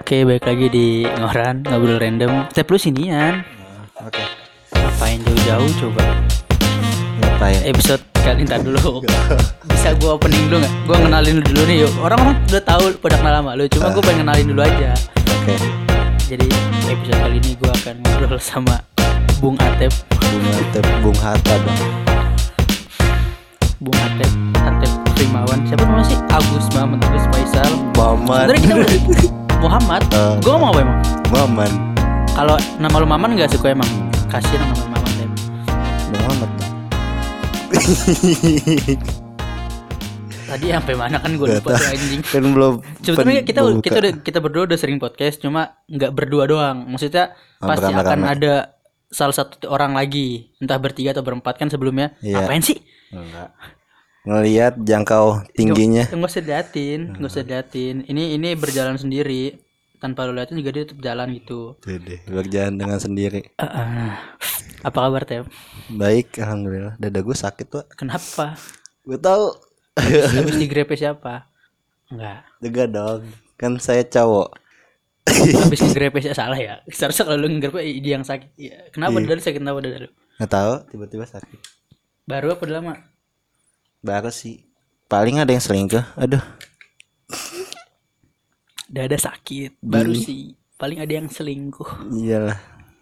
Oke, balik lagi di Ngoran, ngobrol random. Kita plus inian. Oke. Ngapain jauh-jauh coba? Ngapain? Episode kali ntar dulu. Bisa gua opening dulu nggak? Gua kenalin lu dulu nih yuk. Orang-orang udah tahu pada kenal sama lu. Cuma gua pengen kenalin dulu aja. Oke. Jadi episode kali ini gua akan ngobrol sama Bung Atep. Bung Hatta dong. Bung Atep Primawan. Siapa namanya sih? Agus Muhammad Agus Faisal. Muhammad. Sebenarnya kita udah Muhammad. Gua ngomong apa emang? Muhammad. Kalau nama lu Maman nggak suka emang? Kasih nama Maman deh. Muhammad. Tadi sampai mana kan gue lupa tuh anjing. Kan belum. Sebetulnya kita berdua udah sering podcast, cuma nggak berdua doang. Maksudnya pasti akan ada salah satu orang lagi, entah bertiga atau berempat kan sebelumnya. Iya. Apain sih? Enggak. Ngelihat jangkau tingginya. Nggak usah liatin. Ini berjalan sendiri. Tanpa lu liatin juga dia tetap jalan gitu. Dede, berjalan dengan sendiri. Apa kabar Tep? Baik, alhamdulillah. Dada gue sakit tuh. Kenapa? Gue tahu. Habis digrepe siapa? Enggak. Juga dong. Kan saya cowok. Habis digrepe siapa salah ya? Seharusnya kalau lu ngegrepe dia yang sakit. Ya. Kenapa dada lu sakit? Kenapa dada lu? Nggak tahu, tiba-tiba sakit. Baru apa udah lama? Baru sih. Paling ada yang selingkuh. Aduh. Dada sakit baru sih. Paling ada yang selingkuh. Iyalah.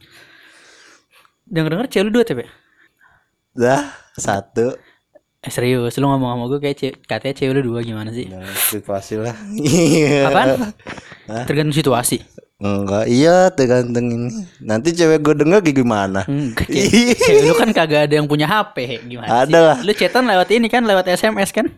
Dengar cewek lu 2 Tep ya? Dah, 1. Serius, lu ngomong sama gue kayak katanya cewek lu 2 gimana sih? Nah, situasi lah. Apaan? Tergantung situasi. Enggak, iya tergantung ini. Nanti cewek gue denger kayak gimana? Cewek lu kan kagak ada yang punya HP. Gimana ada lah. Lu chatan lewat ini kan, lewat SMS kan?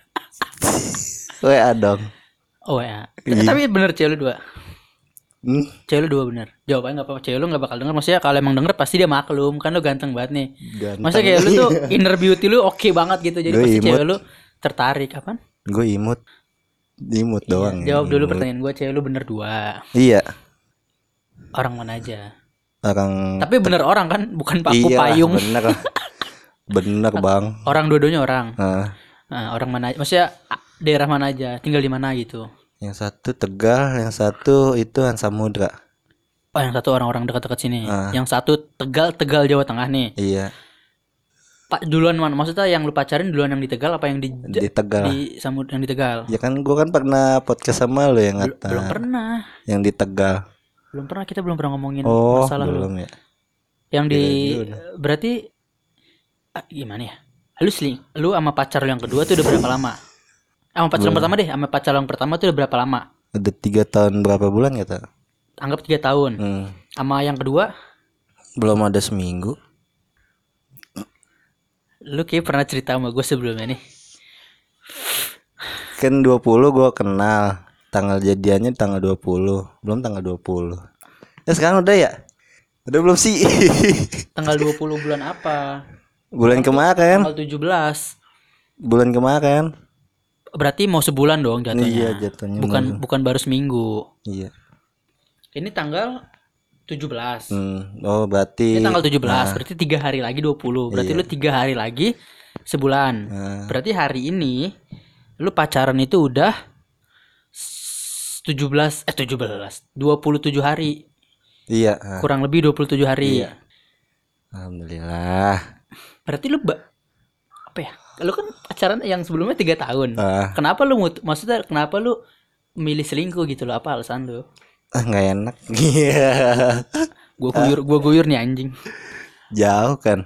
WA dong. Oh ya. Tapi bener cewek lu 2. Cewek lu 2 bener. Jawabannya gak apa-apa. Cewek lu gak bakal denger. Maksudnya kalau emang denger pasti dia maklum. Kan lu ganteng banget nih. Maksudnya kayak lu tuh inner beauty lu oke banget gitu. Jadi pasti cewek lu tertarik. Apaan? Gue imut doang. Jawab dulu pertanyaan gue. Cewek lu bener 2. Iya. Orang mana aja? Orang. Tapi bener orang kan? Bukan paku payung. Bener. Bener bang. Orang dua-duanya orang. Nah, orang mana aja? Maksudnya daerah mana aja? Tinggal di mana gitu? Yang satu Tegal, yang satu itu Samudra. Oh, yang satu orang-orang dekat-dekat sini. Yang satu Tegal Jawa Tengah nih. Iya. Pak duluan mana? Maksudnya yang lu pacarin duluan yang di Tegal apa yang di Tegal? Yang di Tegal. Ya kan gue kan pernah podcast sama lu yang ngata. Belum pernah. Yang di Tegal. Kita belum pernah ngomongin masalah belum lu. Ya. Yang di berarti gimana ya? Lu sama pacar lu yang kedua tuh udah berapa lama? Sama pacar yang pertama deh, sama pacar yang pertama tuh udah berapa lama? Udah 3 tahun berapa bulan gitu? Anggap 3 tahun. Sama yang kedua? Belum ada seminggu. Lu kayak pernah cerita sama gue sebelumnya nih. Kan 20 gue kenal. Tanggal jadiannya tanggal 20. Belum tanggal 20. Ya sekarang udah ya? Udah belum sih? Tanggal 20 bulan apa? Bulan kemarin. Tanggal 17. Bulan kemarin. Berarti mau sebulan dong jatuhnya. Iya jatuhnya. Bukan baru seminggu. Iya. Ini tanggal 17. Oh berarti. Ini tanggal 17. Berarti 3 hari lagi 20. Berarti lu 3 hari lagi sebulan. Berarti hari ini lu pacaran itu udah 27 hari. Iya. Kurang lebih 27 hari. Iya. Alhamdulillah. Berarti lu apa ya? Lu kan pacaran yang sebelumnya 3 tahun. Kenapa lu maksudnya kenapa lu milih selingkuh gitu loh? Apa alasan lu? Nggak enak. Iya. Gua guyur nih anjing. Jauh kan?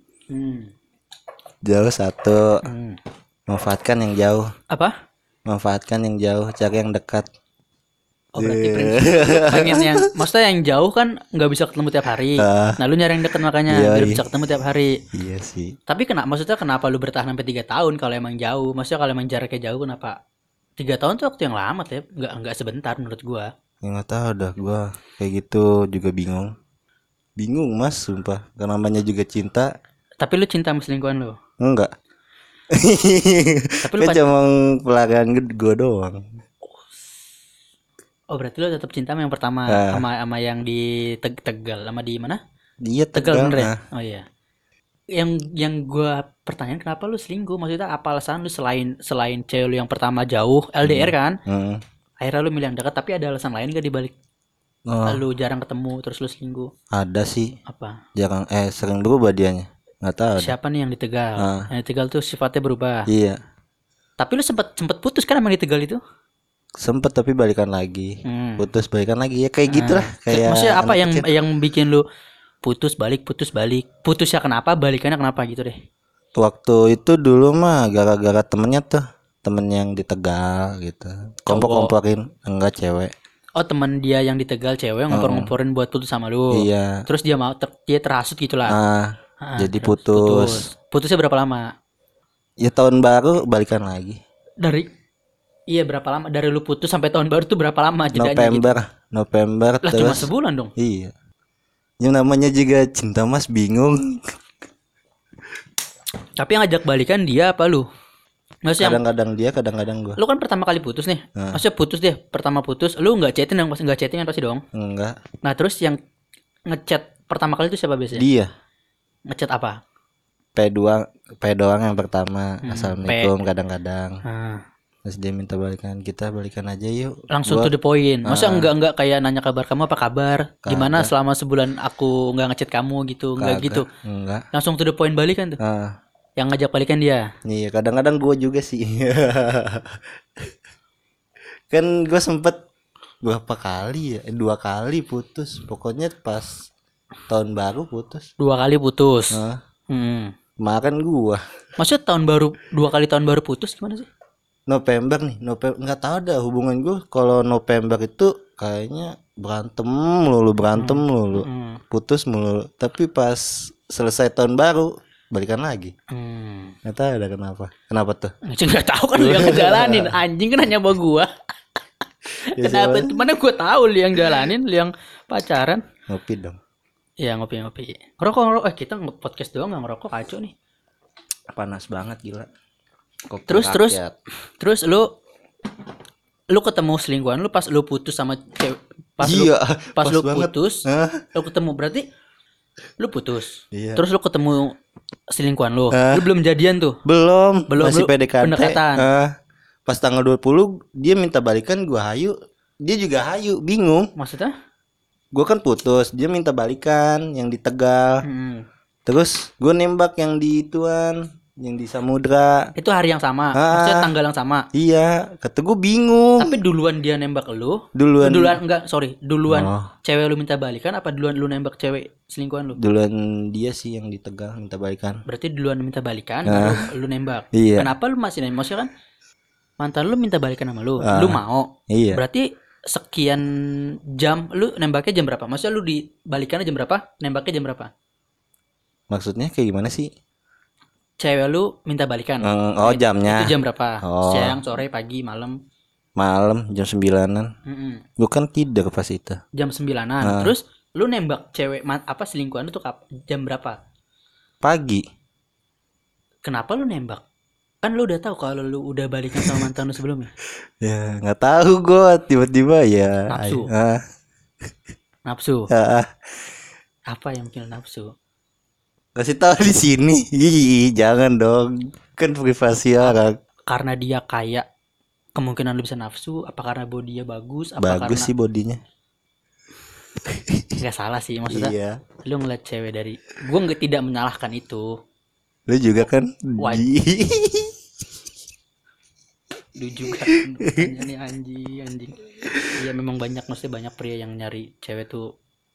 Jauh satu. Manfaatkan yang jauh. Apa? Manfaatkan yang jauh, cari yang dekat. Oh berarti pengen yang maksudnya yang jauh kan nggak bisa ketemu tiap hari. Nah lu nyari yang dekat makanya biar bisa ketemu tiap hari. Iya sih. Tapi maksudnya kenapa lu bertahan sampai 3 tahun kalau emang jauh? Maksudnya kalau emang jaraknya jauh kenapa? 3 tahun tuh waktu yang lama ya. Nggak sebentar menurut gua. Ya nggak tahu dah gua kayak gitu juga bingung. Bingung mas, sumpah. Karena namanya juga cinta. Tapi lu cinta sama selingkuhan lu? Enggak. Tapi lu cuma pelarian gua doang. Oh berarti lu tetap cinta sama yang pertama sama yang di Tegal sama di mana? Iya Tegal bener ya? Oh iya. Yang gua pertanyaan kenapa lu selingkuh? Maksudnya apa alasan lu selain cewek lu yang pertama jauh LDR kan? Akhirnya lu milih yang dekat, tapi ada alasan lain gak dibalik Oh, lu jarang ketemu terus lu selingkuh? ada sih. Apa? Jarang sering berubah dianya. Nggak tahu deh. Siapa nih yang di Tegal? Ah. Yang di Tegal tuh sifatnya berubah. Iya. Tapi lu sempet putus kan sama yang di Tegal itu? Sempet tapi balikan lagi. Putus balikan lagi ya kayak gitulah. Maksudnya apa anak yang kecil. yang bikin lu putus balik? Putusnya kenapa? Balikannya kenapa gitu deh? Waktu itu dulu mah gara-gara temennya tuh. Temen yang di Tegal gitu. Kompor-komporin. Enggak, cewek. Oh, teman dia yang di Tegal cewek ngompor-ngomporin buat putus sama lu. Iya. Terus dia mau dia terhasut gitu lah. Jadi Terus putus. Putusnya berapa lama? Ya tahun baru balikan lagi. Iya, berapa lama dari lu putus sampai tahun baru tuh berapa lama jedanya gitu? November Lah terus. cuma sebulan dong. Iya. Yang namanya juga cinta mas bingung. Tapi yang ngajak balikan dia apa lu? Maksudnya Kadang-kadang dia, kadang-kadang gua. lu kan pertama kali putus nih. Maksudnya putus deh, pertama putus, lu enggak chattingan pasti dong. Enggak. Nah, terus yang ngechat pertama kali itu siapa biasanya? Dia. Ngechat apa? P doang yang pertama. Assalamualaikum kadang-kadang. Terus dia minta balikan, kita balikan aja yuk. Langsung to the point. Maksudnya enggak kayak nanya kabar kamu apa kabar? Gimana selama sebulan aku enggak ngechat kamu gitu, enggak gitu. Enggak. Langsung to the point balikan tuh. Yang ngajak balikan dia. Iya, kadang-kadang gue juga sih. Kan gue sempet berapa kali ya? 2 kali putus. Pokoknya pas tahun baru putus. 2 kali putus. Kemarin gue Maksudnya dua kali tahun baru putus gimana sih? November nggak tahu dah hubungan gue. Kalau November itu kayaknya berantem mulu, putus mulu. Tapi pas selesai tahun baru balikan lagi. Nggak tahu ada kenapa tuh. Nggak tahu kan lu yang ngejalanin. Anjing kan hanya bawa gua. Kenapa? Mana gua tahu lu yang jalanin, lu yang pacaran. Ngopi dong. Iya, ngopi. Ngerokok. Kita podcast doang nggak ngerokok, kacau nih. Panas banget gila. Kopi Terus lu ketemu selingkuhan lu pas lu putus sama cewek. Pas lu putus, lu ketemu berarti lu putus. Iya. Terus lu ketemu selingkuhan lu. Lu belum jadian tuh? Belum masih PDKT. Pendekatan. Pas tanggal 20 dia minta balikan, gua hayu. Dia juga hayu, bingung. Maksudnya? Gua kan putus, dia minta balikan yang di Tegal. Terus gua nembak yang di ituan, yang di Samudra. Itu hari yang sama. Maksudnya tanggal yang sama. Iya, kata gua bingung. Tapi duluan dia nembak lu? Duluan Cewek lu minta balikan apa duluan lu nembak cewek selingkuhan lu? Duluan dia sih yang di Tegal minta balikan. Berarti duluan minta balikan baru lu nembak. Iya. Kenapa lu masih nembak? Maksudnya kan mantan lu minta balikan sama lu, lu mau. Iya. Berarti sekian jam lu nembaknya jam berapa? Maksudnya lu dibalikannya jam berapa? Nembaknya jam berapa? Maksudnya kayak gimana sih? Cewek lu minta balikan. Jamnya. Itu jam berapa? Siang, sore, pagi, malam? Malam jam 9-an. Gue kan tidur pas itu. Jam 9-an. Terus lu nembak cewek selingkuhan lu tuh jam berapa? Pagi. Kenapa lu nembak? Kan lu udah tahu kalau lu udah balikan sama mantan lu sebelumnya. Ya nggak tahu gue, tiba-tiba ya. Nafsu. Apa yang bikin nafsu? Kasih tahu di sini. Jangan dong. Kan privasi orang. Karena dia kaya, kemungkinan lu bisa nafsu. Apa karena bodinya bagus? Bagus sih bodinya. Gak salah sih maksudnya. Iya. Lu ngeliat cewek dari, gue tidak menyalahkan itu. Lu juga kan. Lu juga ini anjing. Iya memang maksudnya banyak pria yang nyari cewek tuh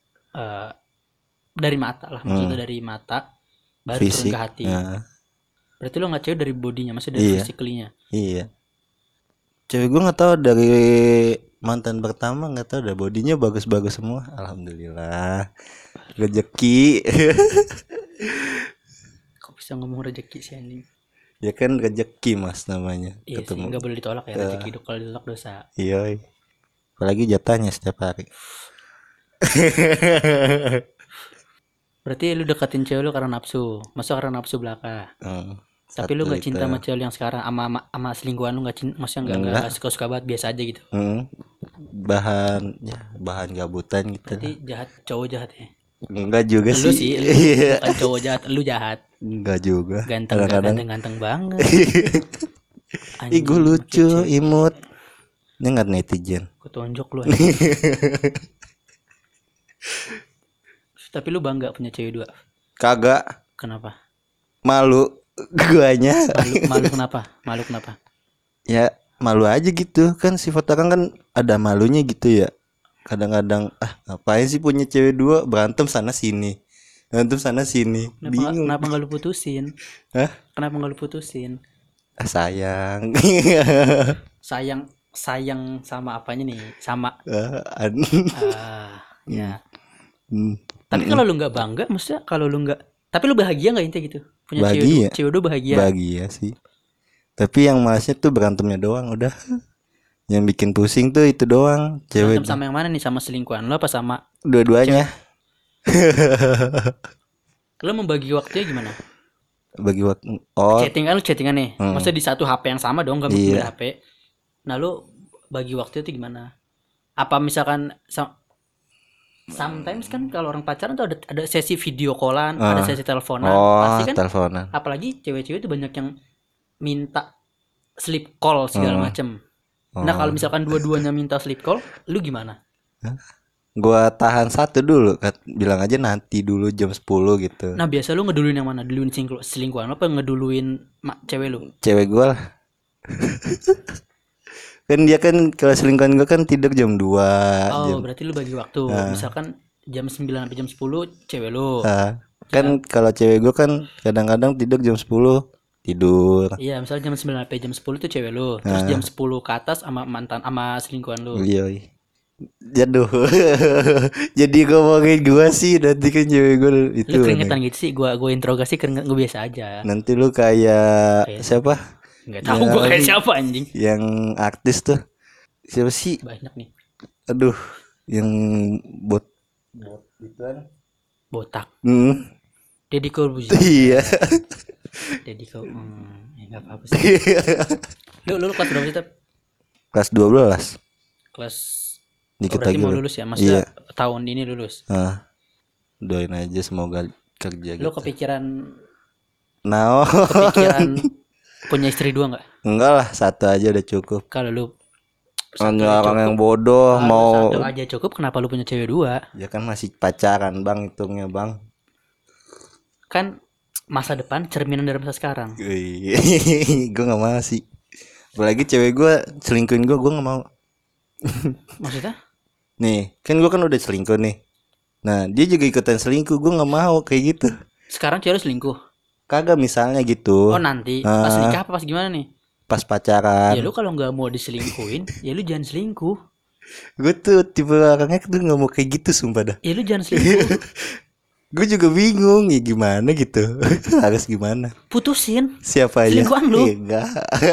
dari mata lah, maksudnya dari mata baru turun ke hati. Berarti lu nggak cewek dari bodinya, maksudnya dari physically-nya. Iya. Cewek gue nggak tahu dari mantan pertama, nggak tahu dari bodinya bagus-bagus semua. Alhamdulillah. Rezeki. Kok bisa ngomong rezeki sih anjing? Ya kan rezeki mas namanya. Iya sih, nggak boleh ditolak ya rezeki. Kalau ditolak dosa. Iya. Apalagi jatahnya setiap hari. Berarti lu deketin cewek lu karena nafsu. Masa karena nafsu belaka. Tapi lu gak cinta sama cewek yang sekarang, sama selingkuhan lu gak cinta, maksudnya gak suka-suka banget, biasa aja gitu. Bahan gabutan gitu. Berarti cowok jahat ya? Enggak juga lu sih. Lu bukan cowok jahat, lu jahat. Enggak juga. Ganteng banget. Ih gue lucu, imut. Ini nggak netizen. Gue tonjok lu anjing. Tapi lu bangga punya cewek 2? Kagak. Kenapa? Malu guanya. Malu kenapa? Malu kenapa? Ya malu aja gitu kan, sifat orang kan ada malunya gitu ya. Kadang-kadang ngapain sih punya cewek 2, berantem sana sini. Bingung. Kenapa nggak lu putusin? Hah? Kenapa nggak lu putusin? Sayang. sayang sama apanya nih? Sama ya. Tapi kalau lu nggak bangga, maksudnya kalau lu nggak, tapi lu bahagia nggak intinya gitu? Punya Bahagia. cewek 2 bahagia. Bahagia sih. Tapi yang malasnya tuh berantemnya doang udah. Yang bikin pusing tuh itu doang, cewek. Berantem sama yang mana nih? Sama selingkuhan lo apa sama dua-duanya? Lo membagi waktunya gimana? Bagi waktu. Chattingan nih. Maksudnya di satu HP yang sama dong, gak mungkin beda HP. Nah lo bagi waktu itu gimana? Apa misalkan sometimes kan kalau orang pacaran tuh ada sesi video callan, ada sesi teleponan, pasti kan teleponan. Apalagi cewek-cewek itu banyak yang minta sleep call segala macem. Nah kalau misalkan dua-duanya minta sleep call, lu gimana? Gua tahan satu dulu, bilang aja nanti dulu jam 10 gitu. Nah biasa lu ngeduluin yang mana? Duluin selingkuhan lo apa ngeduluin cewek lu? Cewek gua lah. Kan dia kan kalau selingkuhan gua kan tidur jam 2 berarti lu bagi waktu. Misalkan jam 9 sampai jam 10 cewek lu. Kan kalau cewek gua kan kadang-kadang tidur jam 10 tidur. Iya, misalnya jam 9 sampai jam 10 tuh cewek lu. Terus jam 10 ke atas sama mantan sama selingkuhan lu. Iya. Jaduh. Jadi ngomongin gua sih, nanti kan cewek gua itu. Lu keringetan gitu sih, gua interogasi keringet gue biasa aja. Nanti lu kayak siapa? Enggak tahu gua kayak siapa anjing. Yang artis tuh. Siapa sih? Banyak nih. Aduh, yang bot ituan. Botak. Deddy Corbuzier. Iya. Deddy kau enggak apa-apa sih. Lu kelas berapa sih, Tep? Kelas 12. Kelas dikit berarti lagi mau lulus ya? Maksudnya tahun ini lulus. Doain aja semoga kerja. Lu gitu. Kepikiran punya istri 2 enggak? Enggak lah, 1 aja udah cukup. Kalau lu orang yang bodoh mau 1 aja cukup, kenapa lu punya cewek 2? Ya kan masih pacaran, Bang, hitungnya, Bang. Kan masa depan cerminan dari masa sekarang. Gue gak mau sih. Apalagi cewek gue selingkuhin gue gak mau. Maksudnya? Nih kan gue kan udah selingkuh nih. Nah dia juga ikutan selingkuh, gue gak mau kayak gitu. Sekarang cewek selingkuh? Kagak, misalnya gitu. Oh nanti pas nikah apa pas gimana nih? Pas pacaran. Ya lu kalau gak mau diselingkuhin ya lu jangan selingkuh. Gue tuh tipe orangnya tuh gak mau kayak gitu, sumpah dah. Ya lu jangan selingkuh. Gue juga bingung ya gimana gitu. Harus gimana? Putusin. Siapa aja? Selingkuhan lu. Enggak.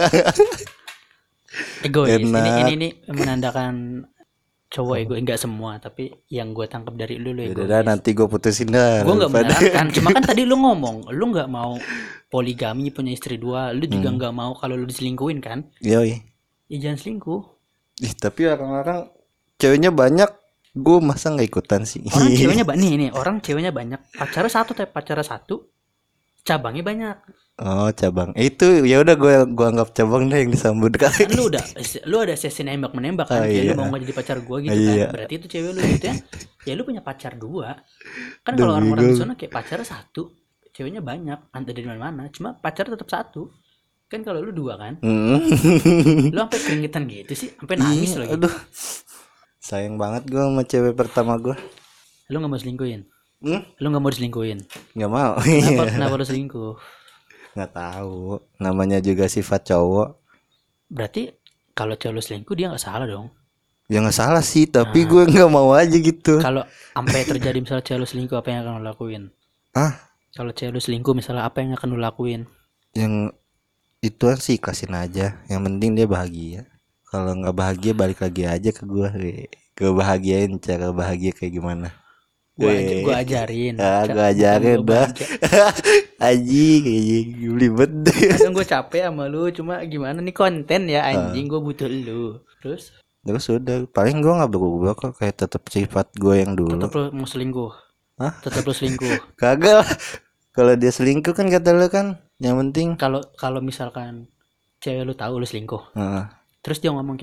Egois. Ini menandakan cowok ego, enggak semua, tapi yang gue tangkap dari lu egois. Udah nanti gue putusin dah. Gue nggak benarkan. Cuma kan tadi lu ngomong, lu nggak mau poligami punya istri 2, lu juga nggak mau kalau lu diselingkuhin kan? Iya. Ya jangan selingkuh. Tapi orang-orang ceweknya banyak. Gue masa nggak ikutan sih. Orang ceweknya banyak orang ceweknya banyak. Pacarnya 1, cabangnya banyak. Oh cabang. Itu ya udah gue anggap cabang deh yang disambut kan. Lu ada sesi nembak menembak kan? Lu mau nggak jadi pacar gue gitu kan? Berarti itu cewek lu gitu ya. Ya lu punya pacar 2. Kan kalau orang-orang di sana kayak pacarnya 1, ceweknya banyak. Entah dari mana-mana. Cuma pacar tetap 1. Kan kalau lu 2 kan? Lu sampai keringetan gitu sih, sampai nangis lagi. Aduh. Sayang banget gue sama cewek pertama gue. Lu gak mau selingkuhin? Lu gak mau diselingkuhin? Gak mau. Kenapa lu selingkuh? Gak tahu. Namanya juga sifat cowok. Berarti kalau cowok lu selingkuh dia gak salah dong? Ya gak salah sih, tapi gue gak mau aja gitu. Kalau sampai terjadi misalnya cewek lu selingkuh, apa yang akan lu lakuin? Kalau cewek lu selingkuh misalnya, apa yang akan lu lakuin? Yang itu sih ikhlasin aja. Yang penting dia bahagia. Kalau nggak bahagia balik lagi aja ke gue. Kebahagiain, cara bahagia kayak gimana? Gue ajarin. Gue ajarin dah. Anjing ribet. Kadang gue capek sama lu, cuma gimana nih konten ya anjing, gue butuh lu. Terus udah paling gue nggak berubah kok, kayak tetap sifat gue yang dulu. Tetap lu mau selingkuh? Tetap lu selingkuh? Kagak. Kalau dia selingkuh kan kata lu kan, yang penting. Kalau misalkan cewek lu tahu lu selingkuh. Terus dia ngomong kayak,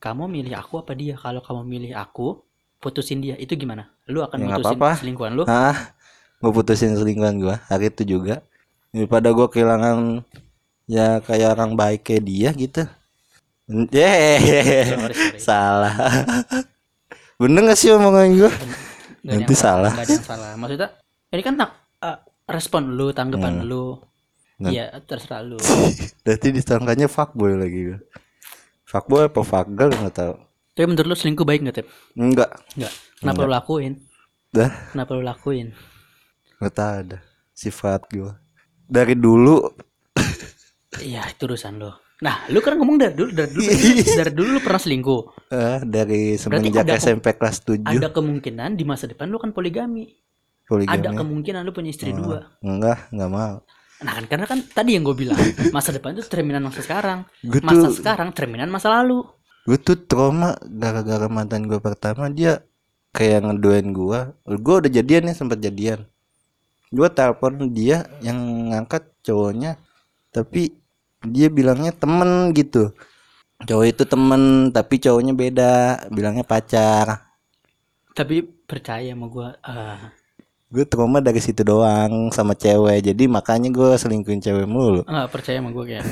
kamu milih aku apa dia? Kalau kamu milih aku, putusin dia. Itu gimana? Lu akan Ya, nggak putusin apa-apa. selingkuhan lu? Gue putusin selingkuhan gue hari itu juga daripada gue kehilangan ya kayak orang baik kayak dia gitu. Sorry. Salah. Bener gak sih omongan gue? Nanti salah. Gak ada yang salah. Maksudnya ini kan respon lu, tanggapan lu. Iya, terserah lu. Berarti disangkanya fuckboy lagi gue. Fuckboy apa fuckgirl gak tahu. Tapi menurut lu selingkuh baik gak, Tep? Enggak. Kenapa lu lakuin? Kenapa lu lakuin? Gak tahu ada sifat gue dari dulu. Iya, itu urusan lu. Nah, lu kan ngomong dari dulu lu pernah selingkuh. Dari semenjak SMP kelas 7. Ada kemungkinan di masa depan lu kan poligami. Ada kemungkinan lu punya istri 2. Enggak mau. Nah kan karena kan tadi yang gue bilang masa depan itu cerminan masa sekarang. Masa sekarang cerminan masa lalu. Gue tuh trauma gara-gara mantan gue pertama, dia kayak ngeduain gue. Gue udah jadian nih, sempat jadian. Gue telepon dia, yang ngangkat cowoknya, tapi dia bilangnya temen gitu. Cowok itu temen, tapi cowoknya beda, bilangnya pacar. Tapi percaya sama gue. Gue trauma dari situ doang sama cewek. Jadi makanya gue selingkuhin cewek mulu. Nggak percaya sama gue kayak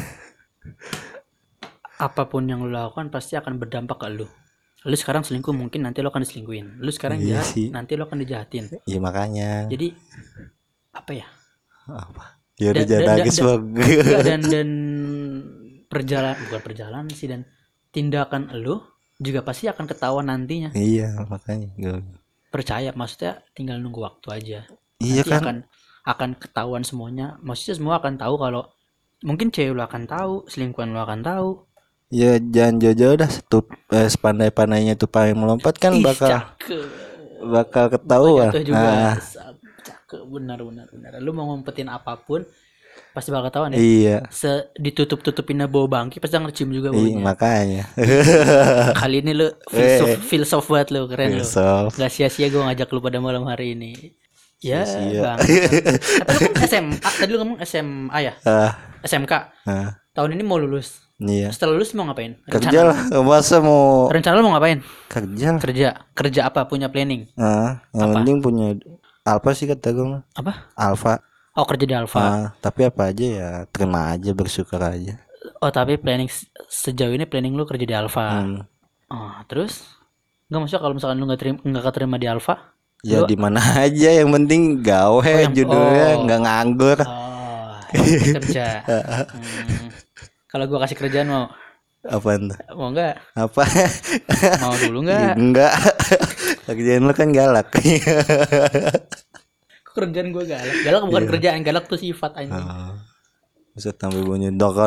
apapun yang lu lakukan pasti akan berdampak ke lu. Lu sekarang selingkuh, mungkin nanti lu akan diselingkuhin. Lu sekarang jahat, nanti lu akan dijahatin. Iya makanya. Jadi apa ya? Ya udah jangan nangis bang. Dan bukan perjalanan sih, dan tindakan lu juga pasti akan ketahuan nantinya. Iya makanya gue percaya, maksudnya tinggal nunggu waktu aja. Iya nanti kan akan ketahuan semuanya. Maksudnya semua akan tahu, kalau mungkin cewek lu akan tahu, selingkuhan lu akan tahu. Ya jangan jauh-jauh dah, sepandai-pandainya tuh paling melompat kan bakal ketahuan. Cakep, benar. Lu mau ngumpetin apapun pasti bakal ketahuan ya. Iya. Ditutup-tutupinnya bau bangki pasti ngercium juga baunya. Iya, makanya. Kali ini lu filsuf banget lu, keren lu. Gak sia-sia gue ngajak lu pada malam hari ini. Ya, Bang. Tapi lu kan SMA, tadi lu ngomong SMA ya? SMK. Tahun ini mau lulus. Iya. Setelah lulus mau ngapain? Kerja lah, masa mau. Rencana lu mau ngapain? Kerja apa? Punya planning? Yang penting punya Alfa sih kata gue. Apa? Alfa. Oh, kerja di Alfa. Tapi apa aja ya terima aja, bersyukur aja. Oh, tapi planning sejauh ini planning lu kerja di Alfa. Terus? Enggak, maksudnya kalau misalkan lu enggak keterima di Alfa? Ya di mana aja, yang penting gawe, judulnya enggak nganggur. Kerja. Kalau gua kasih kerjaan mau? Apaan tuh? Mau enggak? Apa? Mau dulu enggak? Enggak. Kerjaan lu kan galak. Kerjaan gue galak. Galak bukan kerjaan, galak tuh sifat anjing. Bisa tambah bunyi dak.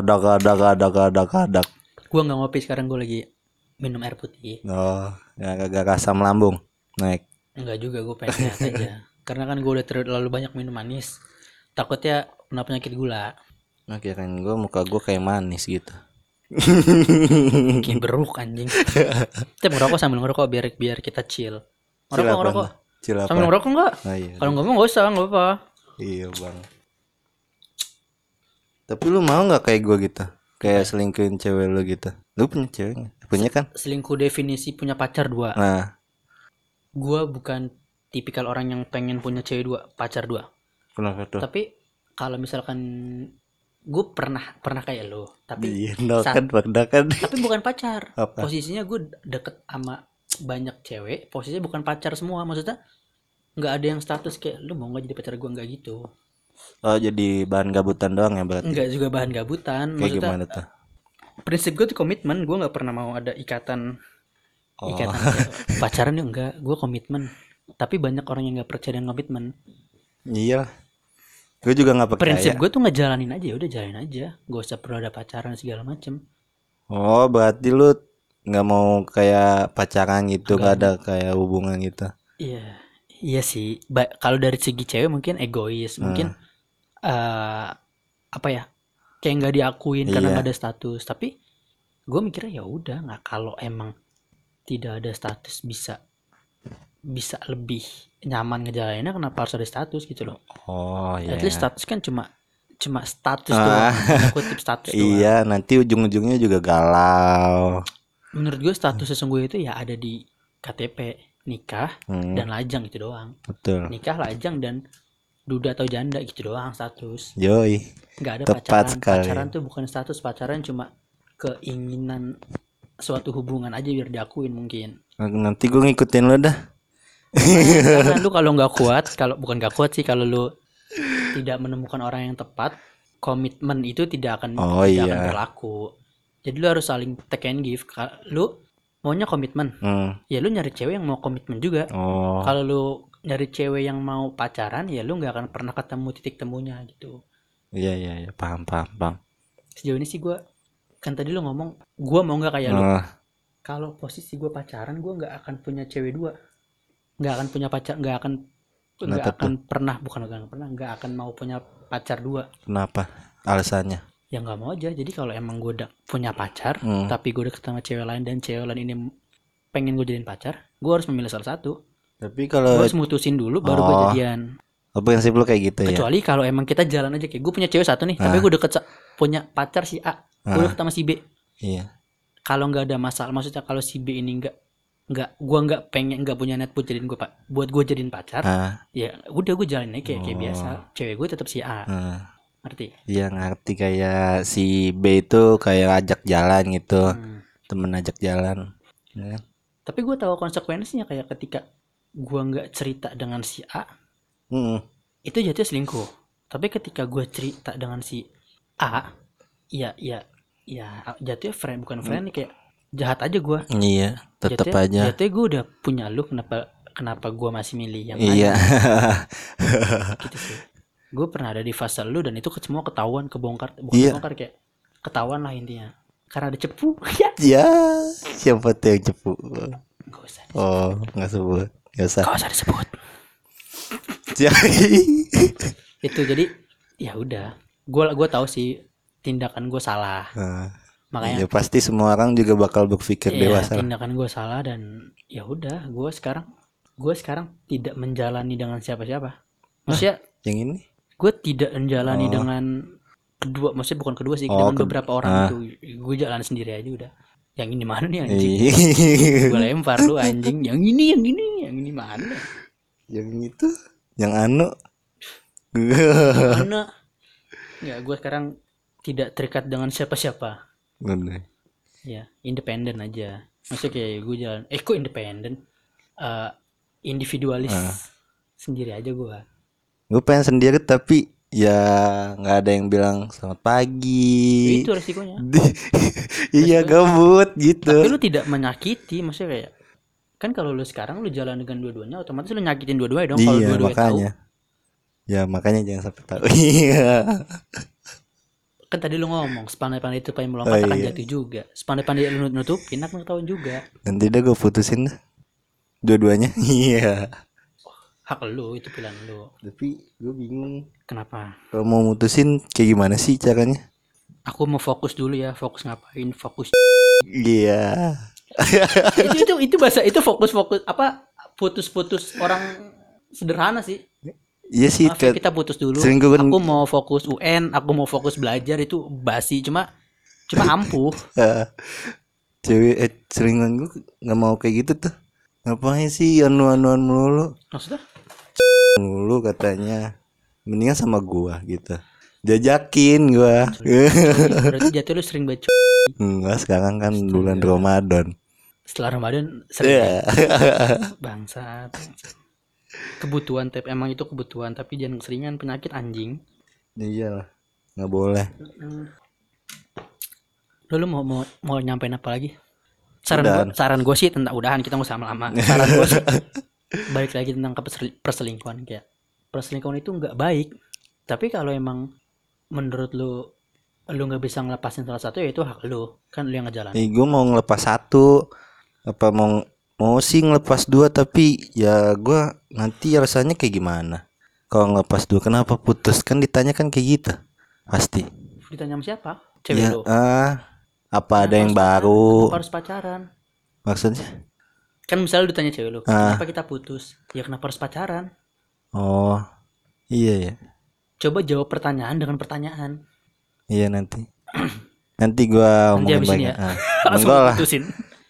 Gue nggak ngopi sekarang, gue lagi minum air putih. Gak asam lambung naik. Enggak juga, gue pengen sehat aja. Karena kan gue udah terlalu banyak minum manis. Takutnya kena penyakit gula. Kirain gue muka gue kayak manis gitu. Bikin beruk anjing. Kita ngerokok sambil ngerokok biar kita chill. Ngerokok. Sambil ngerokok enggak? Iya. Kalau nggak mau nggak usah, nggak apa. Iya bang. Tapi lu mau nggak kayak gue gitu? Kayak selingkuhin cewek lu gitu? Lu punya cewek nggak? Punya kan? Selingkuh definisi punya pacar 2. Nah. Gue bukan tipikal orang yang pengen punya cewek 2, pacar 2. Kenapa tuh? Tapi kalau misalkan gue pernah kayak lu, tapi tapi bukan pacar. Apa? Posisinya gue deket sama banyak cewek, posisinya bukan pacar semua. Maksudnya nggak ada yang status kayak lu mau nggak jadi pacar gue, nggak gitu. Oh, jadi bahan gabutan doang ya berarti? Nggak juga bahan gabutan. Kayak maksudnya gimana tuh? Prinsip gue tuh komitmen. Gue nggak pernah mau ada ikatan pacaran. Enggak, gue komitmen. Tapi banyak orang yang nggak percaya dengan komitmen. Iya, gue juga nggak percaya. Prinsip gue tuh ngejalanin aja, udah jalanin aja, gak usah perlu ada pacaran segala macem. Oh, berarti lu nggak mau kayak pacaran gitu, nggak ada kayak hubungan gitu? Iya sih. Kalau dari segi cewek mungkin egois, mungkin apa ya, kayak nggak diakuin karena nggak ada status. Tapi gue mikirnya ya udah, nggak, kalau emang tidak ada status bisa lebih nyaman ngejalaninnya, kenapa harus ada status gitu loh? Oh iya. At least status kan cuma status doang, kutip status doang. Iya, nanti ujung-ujungnya juga galau. menurut gue status sesungguhnya itu ya ada di KTP, nikah dan lajang itu doang. Betul. Nikah, lajang dan duda atau janda gitu doang status. Yoi. Nggak ada Tepat pacaran. sekali. Pacaran tuh bukan status, pacaran cuma keinginan suatu hubungan aja biar diakuin mungkin. Nanti gue ngikutin lo dah. Karena lu kalau nggak kuat, bukan nggak kuat sih, kalau lu tidak menemukan orang yang tepat, komitmen itu tidak akan berlaku. Jadi lu harus saling take and give. Lu maunya komitmen, ya lu nyari cewek yang mau komitmen juga. Kalau lu nyari cewek yang mau pacaran, ya lu nggak akan pernah ketemu titik temunya gitu. Iya, paham. Sejauh ini sih gue, kan tadi lu ngomong, gue mau nggak kayak lu. Kalau posisi gue pacaran, gue nggak akan punya cewek dua, nggak akan punya pacar, nggak akan mau punya pacar dua. Kenapa? Alasannya? Ya nggak mau aja. Jadi kalau emang gue udah punya pacar, tapi gue udah ketemu cewek lain dan cewek lain ini pengen gue jadiin pacar, gue harus memilih salah satu. Tapi kalau gue harus mutusin dulu baru gue jadian. Prinsip lu kayak gitu. Kecuali kalau emang kita jalan aja, kayak gue punya cewek satu nih, tapi gue udah punya pacar si A, gue udah ketemu si B. Iya. Kalau nggak ada masalah, maksudnya kalau si B ini gue nggak punya net buat gue jadiin pacar, ya udah gue jalanin aja kayak biasa. Cewek gue tetap si A. Ngerti? Iya ngerti, kayak si B itu kayak ajak jalan gitu, temen ajak jalan. Ya. Tapi gue tahu konsekuensinya, kayak ketika gue nggak cerita dengan si A, itu jatuhnya selingkuh. Tapi ketika gue cerita dengan si A, ya jatuhnya bukan friend, kayak jahat aja gue. Iya, tetap aja. Jatuhnya gue udah punya lu, kenapa gue masih milih yang iya. Gitu sih. Gue pernah ada di fase lu dan itu semua ketahuan, kebongkar, kebongkar, kayak ketahuan lah intinya. Karena ada cepu. Ya, siapa tuh yang cepu? Gak usah. Nggak sebut. Gak usah disebut. Itu jadi ya udah. Gue tahu sih tindakan gue salah. Makanya ya pasti semua orang juga bakal berpikir dewasa. Tindakan gue salah dan ya udah. Gue sekarang tidak menjalani dengan siapa-siapa. Maksudnya yang ini? Gue tidak menjalani dengan kedua, maksudnya bukan kedua sih, dengan beberapa orang itu. Gue jalan sendiri aja udah. Yang ini mana nih anjing? Gue lempar lu anjing. Yang ini mana? Yang itu, yang anu. Mana? Ya, gue sekarang tidak terikat dengan siapa-siapa. Bener. Ya, independen aja. Maksudnya kayak gue jalan. Kok independen? Individualis. Sendiri aja gue. Gue pengen sendiri tapi ya nggak ada yang bilang selamat pagi. Itu resikonya. Iya gabut gitu. Tapi lu tidak menyakiti, maksudnya kayak kan kalau lu sekarang lu jalan dengan dua-duanya, otomatis lu nyakitin dua-duanya dong. Kalau dua-duanya tahu. Ya makanya jangan sampai tahu. Iya. Kan tadi lu ngomong sepandai-pandai itu pengen melompat akan jatuh juga. Sepandai-pandai lu nutupin akan ketahuan juga. Nanti gue putusin dua-duanya. Iya. Hak lu, itu pilihan lu. Tapi gue bingung. Kenapa? Kalau mau mutusin kayak gimana sih caranya? Aku mau fokus dulu ya. Fokus ngapain? Fokus. Iya. itu bahasa itu fokus apa? Putus orang sederhana sih. Iya sih. Kita putus dulu. Aku mau fokus UN. Aku mau fokus belajar, itu basi. Cuma ampuh. Cewek seringan gue nggak mau kayak gitu tuh. Ngapain sih anu-anuan melulu? Maksudnya? Mulu katanya. Mendingan sama gua gitu. Diajakin gua. Berarti jatuh lu sering baca. Enggak, sekarang kan bulan Ramadan. Setelah Ramadan sering. Bangsat. Kebutuhan, tapi emang itu kebutuhan, tapi jangan keseringan, penyakit anjing. Iyalah. Enggak boleh. Lu mau nyampein apa lagi? Saran gue sih tentang udahan, kita nggak usah lama. Saran gue sih balik lagi tentang perselingkuhan, kayak perselingkuhan itu nggak baik. Tapi kalau emang menurut lu nggak bisa ngelepasin salah satu, ya itu hak lu, kan lu yang ngejalanin. Gue mau ngelepas satu, apa mau sih ngelepas dua, tapi ya gue nanti rasanya kayak gimana kalau ngelepas dua. Kenapa putus, kan ditanyakan kayak gitu pasti. Ditanya sama siapa? Cewek ya, lu? Apa ada yang baru? Kenapa harus pacaran? Maksudnya? Kan misalnya lu ditanya cewek lu, kenapa kita putus? Ya kenapa harus pacaran? Oh, iya ya. Coba jawab pertanyaan dengan pertanyaan. Iya nanti gua omongin banyak. Langsung putusin.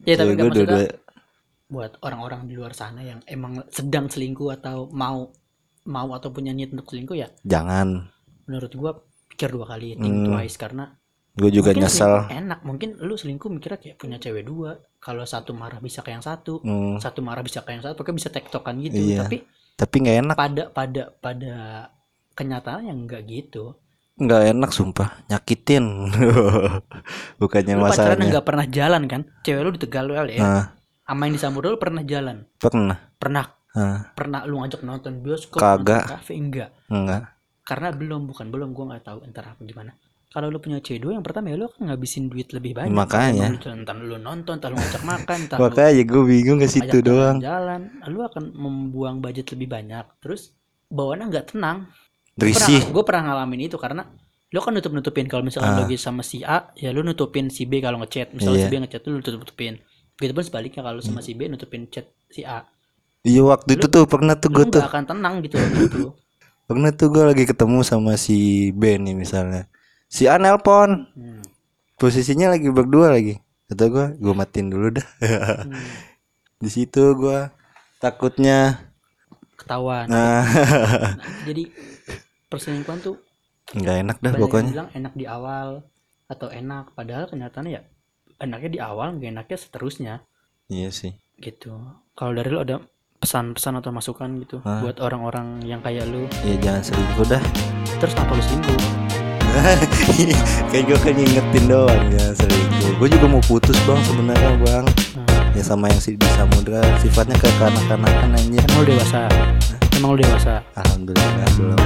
Ya tapi Cewek nggak gue maksudnya dua-dua. buat orang-orang di luar sana yang emang sedang selingkuh atau mau atau punya niat untuk selingkuh ya Jangan. menurut gua pikir 2 kali, think twice, karena Gue juga mungkin nyesel. selingkuh enak, mungkin lu selingkuh mikirnya kayak punya cewek 2, kalau satu marah bisa ke yang satu, satu marah bisa ke yang satu, pokoknya bisa tektokan gitu. Iya. Tapi nggak enak. pada kenyataannya nggak gitu. Nggak enak sumpah, nyakitin. Bukannya Lu pacaran masalahnya. nggak pernah jalan kan, cewek lu di Tegal ya, sama yang di Samudra lu pernah jalan? Pernah lu ngajak nonton bioskop, Kagak. nonton kafe? Enggak. Karena belum gue nggak tahu entar apa gimana. Kalau lu punya cewek 2, yang pertama ya lu kan ngabisin duit lebih banyak. Makanya. Entar lu nonton, entar lu ngajak makan, entar Makanya gue bingung ke situ doang. Jalan, lu akan membuang budget lebih banyak. Terus bawaannya nggak tenang. Gue pernah ngalamin itu karena lu kan nutupin kalau misalkan lagi sama si A, ya lu nutupin si B kalau ngechat. Misalnya si B ngechat lu nutupin. Begitupun sebaliknya kalau sama si B nutupin chat si A. Iya waktu itu tuh pernah tuh gue tuh. Lu gak akan tenang gitu gitu. Pernah tuh gue lagi ketemu sama si B nih misalnya. Si A nelpon. Posisinya lagi berdua lagi. Kata gue matiin dulu dah. Di situ gue takutnya ketahuan. Jadi perselingkuhan tuh nggak enak dah banyak pokoknya. Yang bilang enak di awal atau enak, padahal kenyataannya ya enaknya di awal, nggak enaknya seterusnya. Iya sih. Gitu. Kalau dari lu ada pesan-pesan atau masukan gitu buat orang-orang yang kayak lu? Ya jangan selingkuh dah. Terus kenapa lu selingkuh? Kayak gue kan ngingetin doang jangan selingkuh. Gue juga mau putus bang sebenarnya bang. Ya sama yang di Samudra, sifatnya kayak kanak-kanakan aja. Emang lu dewasa? Alhamdulillah belum.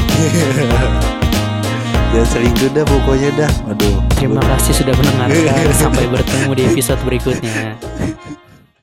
Jangan selingkuh dah pokoknya dah. Aduh. Terima kasih sudah mendengarkan. Sampai bertemu di episode berikutnya.